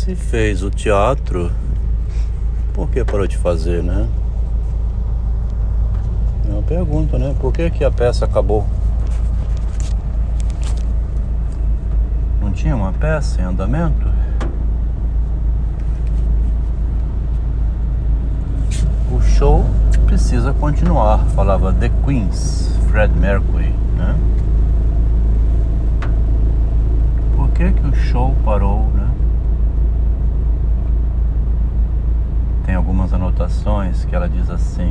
Se fez o teatro, por que parou de fazer, né? É uma pergunta, né? Por que a peça acabou? Não tinha uma peça em andamento? O show precisa continuar, falava The Queens, Fred Mercury, né? Por que o show parou, né? Tem algumas anotações que ela diz assim: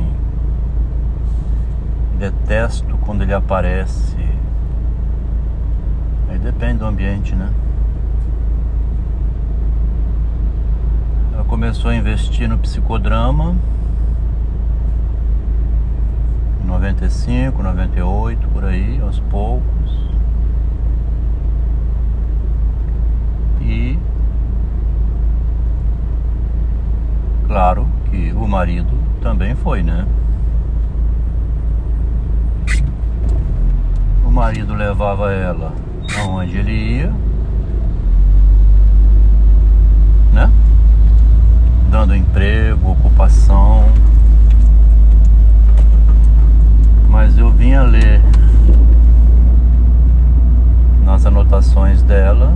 detesto quando ele aparece. Aí depende do ambiente, né? Ela começou a investir no psicodrama em 95, 98, por aí, aos poucos. E claro que o marido também foi, né? O marido levava ela aonde ele ia, né? Dando emprego, ocupação. Mas eu vinha ler nas anotações dela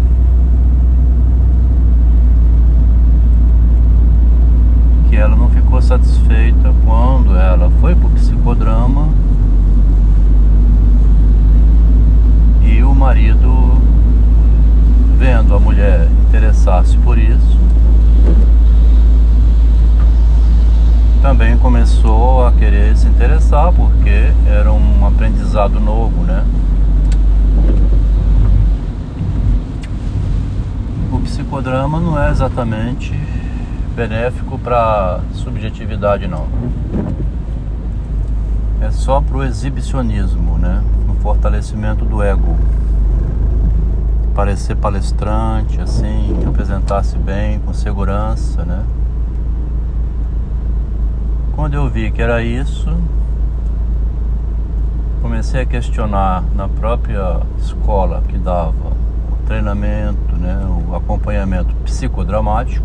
que ela não ficou satisfeita quando ela foi pro psicodrama e o marido, vendo a mulher interessar-se por isso, também começou a querer se interessar, porque era um aprendizado novo, né? O psicodrama não é exatamente benéfico para subjetividade, não. É só pro exibicionismo, né? No fortalecimento do ego. Parecer palestrante, assim, apresentar-se bem, com segurança, né? Quando eu vi que era isso, comecei a questionar na própria escola que dava o treinamento, né, o acompanhamento psicodramático.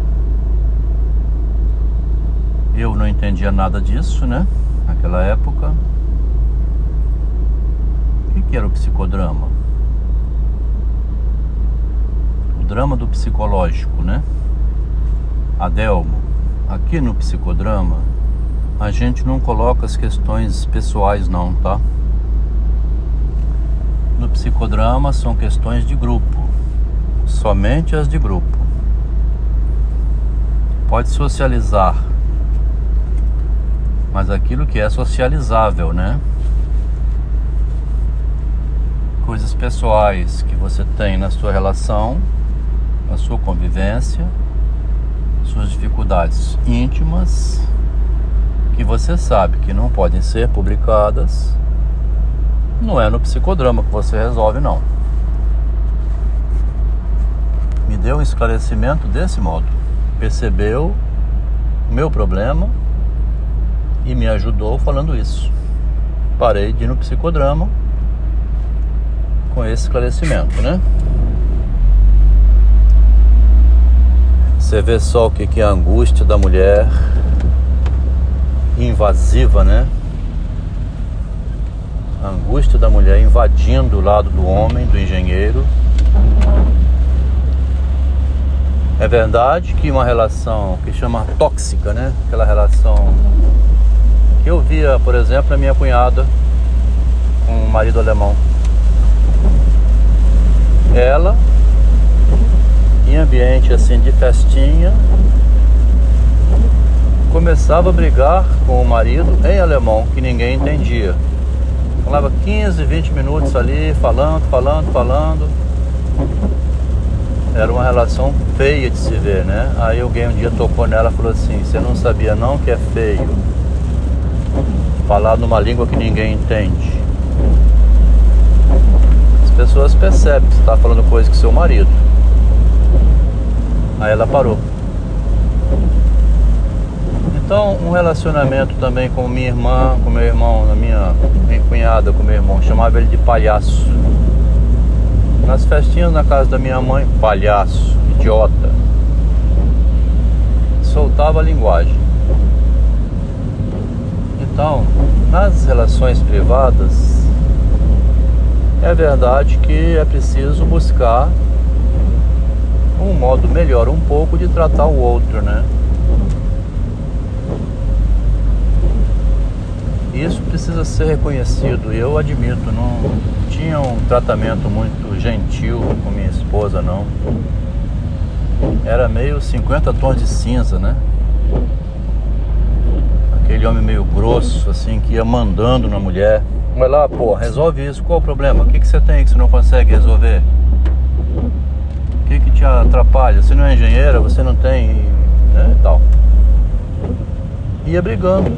Eu não entendia nada disso, né, naquela época. O que era o psicodrama? O drama do psicológico, né? Adelmo, aqui no psicodrama a gente não coloca as questões pessoais, não, tá? No psicodrama são questões de grupo, somente as de grupo. Pode socializar, mas aquilo que é socializável, né? Coisas pessoais que você tem na sua relação, na sua convivência, suas dificuldades íntimas, que você sabe que não podem ser publicadas, não é no psicodrama que você resolve, não. Me deu um esclarecimento desse modo. Percebeu o meu problema e me ajudou falando isso. Parei de ir no psicodrama com esse esclarecimento, né? Você vê só o que é a angústia da mulher invasiva, né? A angústia da mulher invadindo o lado do homem, do engenheiro. É verdade que uma relação que chama tóxica, né? Aquela relação que eu via, por exemplo, na minha cunhada com um marido alemão. Ela, em ambiente assim de festinha, começava a brigar com o marido em alemão, que ninguém entendia. Falava 15, 20 minutos ali, falando. Era uma relação feia de se ver, né? Aí alguém um dia tocou nela e falou assim: você não sabia não que é feio falar numa língua que ninguém entende? As pessoas percebem que você está falando coisa com seu marido. Aí ela parou. Então, um relacionamento também com minha irmã, com meu irmão, minha cunhada com meu irmão, chamava ele de palhaço. Nas festinhas na casa da minha mãe, palhaço, idiota, soltava a linguagem. Então, nas relações privadas, é verdade que é preciso buscar um modo melhor um pouco de tratar o outro, né? Isso precisa ser reconhecido. E eu admito, não tinha um tratamento muito gentil com minha esposa, não. Era meio 50 tons de cinza, né? Aquele homem meio grosso, assim, que ia mandando na mulher. Vai lá, pô, resolve isso. Qual o problema? O que você tem que você não consegue resolver? O que te atrapalha? Você não é engenheira, você não tem... né, tal. Ia brigando.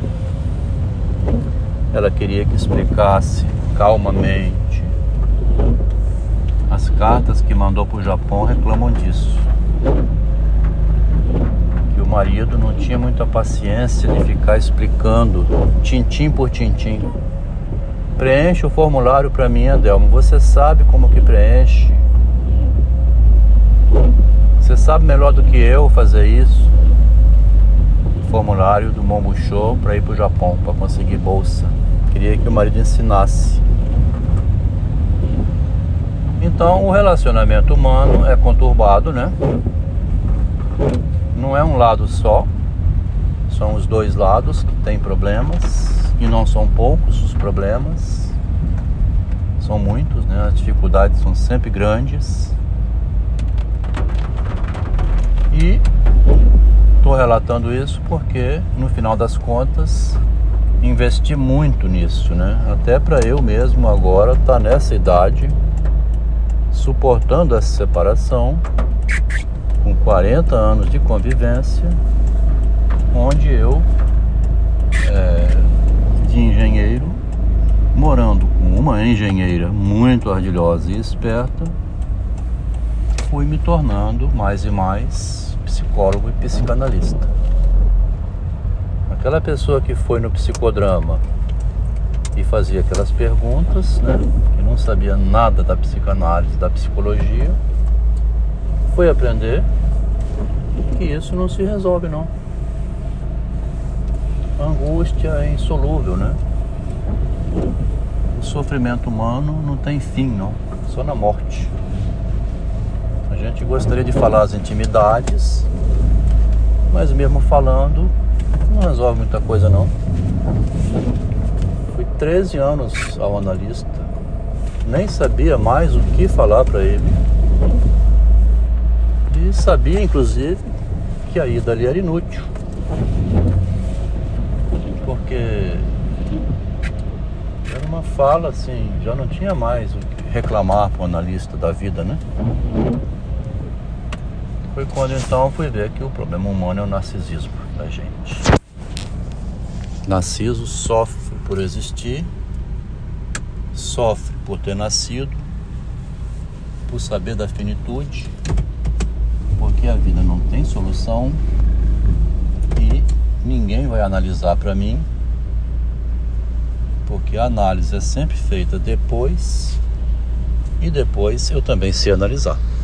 Ela queria que explicasse calmamente. As cartas que mandou pro Japão reclamam disso. Que o marido não tinha muita paciência de ficar explicando tintim por tintim. Preenche o formulário para mim, Adelmo. Você sabe como que preenche. Você sabe melhor do que eu fazer isso. Formulário do Mombucho para ir pro Japão, para conseguir bolsa. Queria que o marido ensinasse. Então o relacionamento humano é conturbado, né? Não é um lado só. São os dois lados que têm problemas. E não são poucos os problemas. São muitos, né? As dificuldades são sempre grandes. E estou relatando isso porque, no final das contas, investi muito nisso, né? Até para eu mesmo agora estar nessa idade, suportando essa separação, com 40 anos de convivência, onde eu, de engenheiro, morando com uma engenheira muito ardilhosa e esperta, fui me tornando mais e mais psicólogo e psicanalista. Aquela pessoa que foi no psicodrama e fazia aquelas perguntas, né, que não sabia nada da psicanálise, da psicologia, foi aprender que isso não se resolve, não. A angústia é insolúvel, né? O sofrimento humano não tem fim, não. Só na morte. A gente gostaria de falar as intimidades, mas mesmo falando, não resolve muita coisa, não. Fui 13 anos ao analista, nem sabia mais o que falar para ele. E sabia, inclusive, que a ida ali era inútil. Porque era uma fala assim, já não tinha mais o que reclamar para o analista da vida, né? Foi quando então eu fui ver que o problema humano é o narcisismo da gente. Narciso sofre por existir, sofre por ter nascido, por saber da finitude, porque a vida não tem solução e ninguém vai analisar para mim, porque a análise é sempre feita depois, e depois eu também sei analisar.